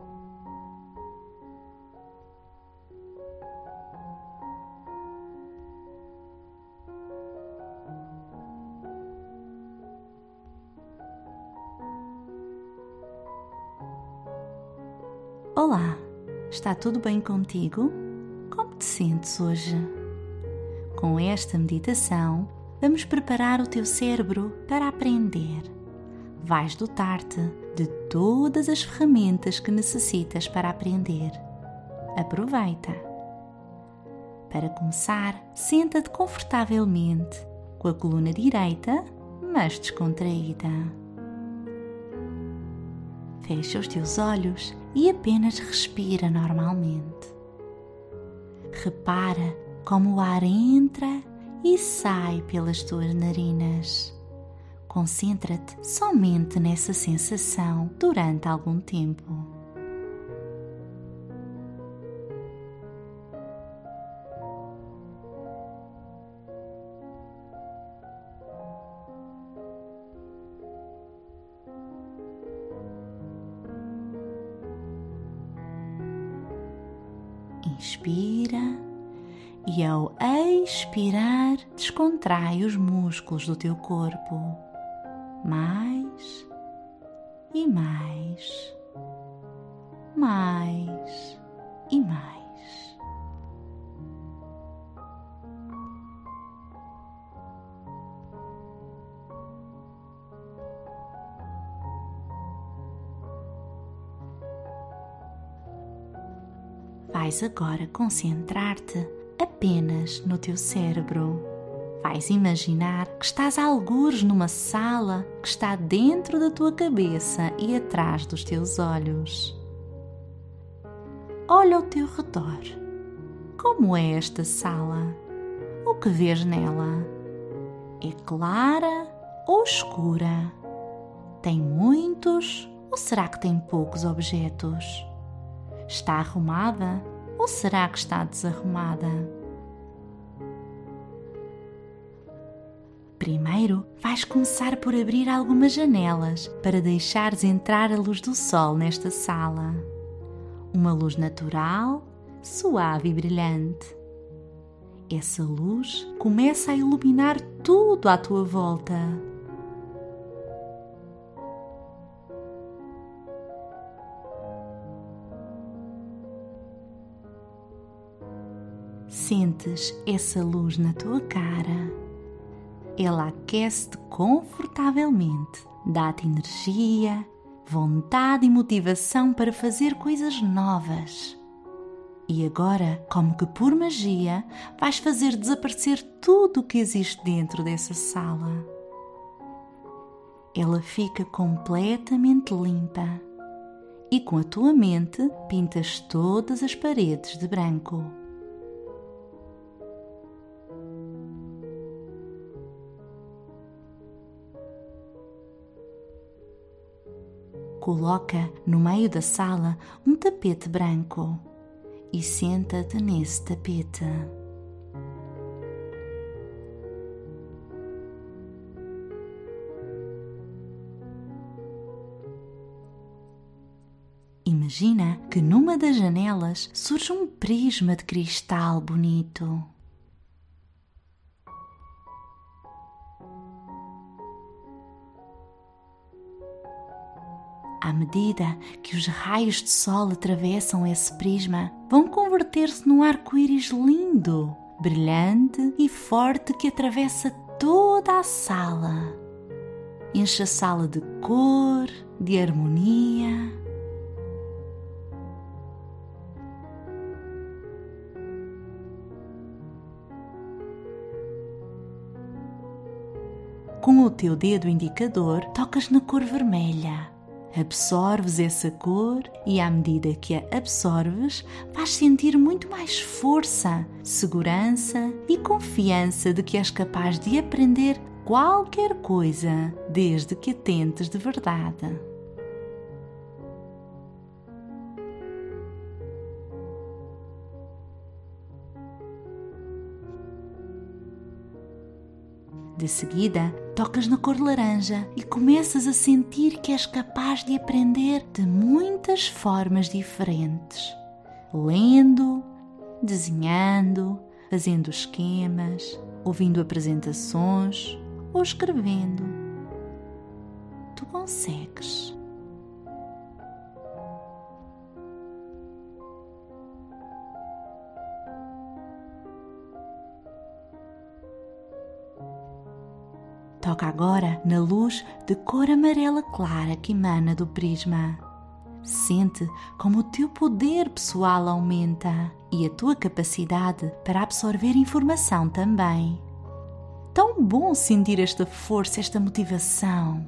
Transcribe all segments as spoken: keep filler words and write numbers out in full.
Olá, está tudo bem contigo? Como te sentes hoje? Com esta meditação, vamos preparar o teu cérebro para aprender. Vais dotar-te de todas as ferramentas que necessitas para aprender. Aproveita! Para começar, senta-te confortavelmente, com a coluna direita, mas descontraída. Fecha os teus olhos e apenas respira normalmente. Repara como o ar entra e sai pelas tuas narinas. Concentra-te somente nessa sensação durante algum tempo. Inspira e ao expirar descontrai os músculos do teu corpo, mais e mais, mais e mais. Vais agora concentrar-te apenas no teu cérebro. Vais imaginar que estás a algures numa sala que está dentro da tua cabeça e atrás dos teus olhos. Olha ao teu redor. Como é esta sala? O que vês nela? É clara ou escura? Tem muitos ou será que tem poucos objetos? Está arrumada ou será que está desarrumada? Primeiro, vais começar por abrir algumas janelas para deixares entrar a luz do sol nesta sala. Uma luz natural, suave e brilhante. Essa luz começa a iluminar tudo à tua volta. Sentes essa luz na tua cara. Ela aquece-te confortavelmente, dá-te energia, vontade e motivação para fazer coisas novas. E agora, como que por magia, vais fazer desaparecer tudo o que existe dentro dessa sala. Ela fica completamente limpa e com a tua mente pintas todas as paredes de branco. Coloca no meio da sala um tapete branco e senta-te nesse tapete. Imagina que numa das janelas surge um prisma de cristal bonito. À medida que os raios de sol atravessam esse prisma, vão converter-se num arco-íris lindo, brilhante e forte que atravessa toda a sala. Enche a sala de cor, de harmonia. Com o teu dedo indicador, tocas na cor vermelha. Absorves essa cor e, à medida que a absorves, vais sentir muito mais força, segurança e confiança de que és capaz de aprender qualquer coisa, desde que a tentes de verdade. De seguida, tocas na cor laranja e começas a sentir que és capaz de aprender de muitas formas diferentes. Lendo, desenhando, fazendo esquemas, ouvindo apresentações ou escrevendo. Tu consegues. Toca agora na luz de cor amarela clara que emana do prisma. Sente como o teu poder pessoal aumenta e a tua capacidade para absorver informação também. Tão bom sentir esta força, esta motivação.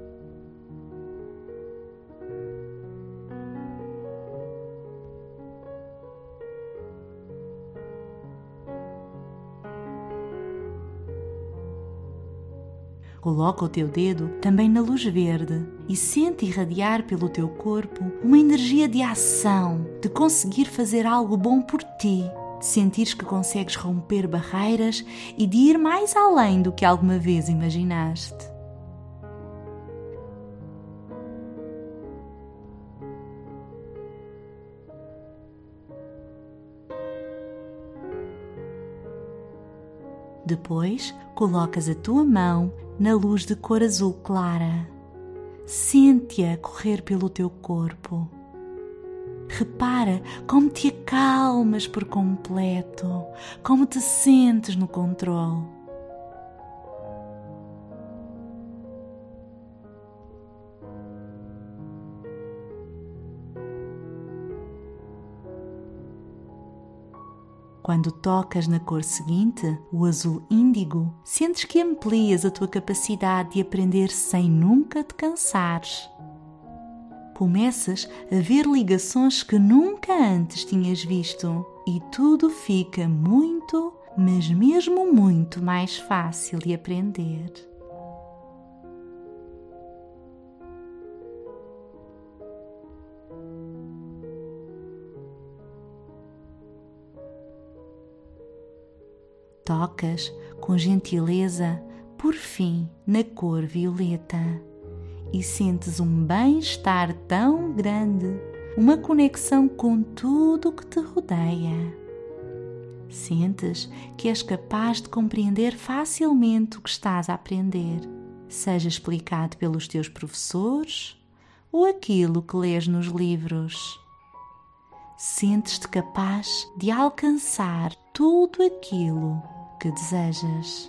Coloca o teu dedo também na luz verde e sente irradiar pelo teu corpo uma energia de ação, de conseguir fazer algo bom por ti, de sentires que consegues romper barreiras e de ir mais além do que alguma vez imaginaste. Depois, colocas a tua mão na luz de cor azul clara. Sente-a correr pelo teu corpo. Repara como te acalmas por completo, como te sentes no controle. Quando tocas na cor seguinte, o azul índigo, sentes que amplias a tua capacidade de aprender sem nunca te cansares. Começas a ver ligações que nunca antes tinhas visto e tudo fica muito, mas mesmo muito mais fácil de aprender. Tocas com gentileza, por fim, na cor violeta e sentes um bem-estar tão grande, uma conexão com tudo o que te rodeia. Sentes que és capaz de compreender facilmente o que estás a aprender, seja explicado pelos teus professores ou aquilo que lês nos livros. Sentes-te capaz de alcançar tudo aquilo que desejas.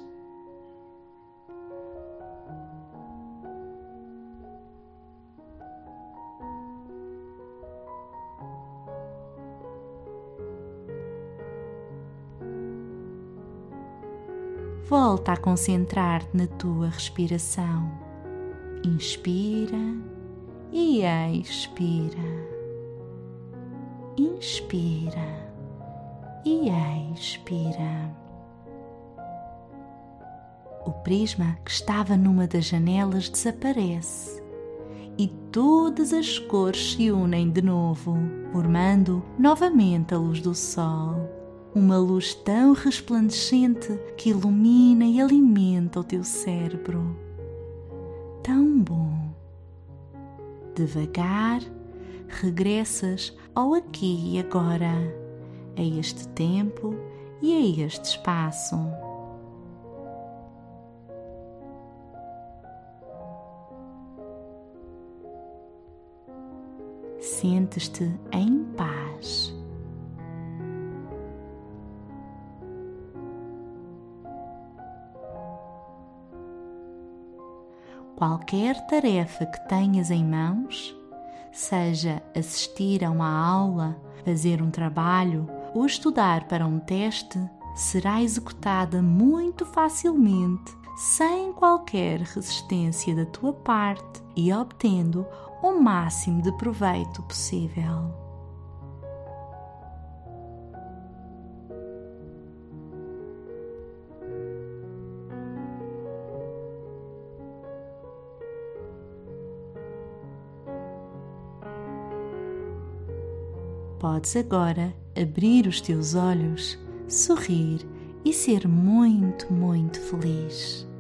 Volta a concentrar-te na tua respiração. Inspira e expira. Inspira e expira. O prisma que estava numa das janelas desaparece e todas as cores se unem de novo, formando novamente a luz do sol. Uma luz tão resplandecente que ilumina e alimenta o teu cérebro. Tão bom. Devagar, regressas ao aqui e agora, a este tempo e a este espaço. Sentes-te em paz. Qualquer tarefa que tenhas em mãos, seja assistir a uma aula, fazer um trabalho ou estudar para um teste, será executada muito facilmente, sem qualquer resistência da tua parte e obtendo o máximo de proveito possível. Podes agora abrir os teus olhos, sorrir e ser muito, muito feliz.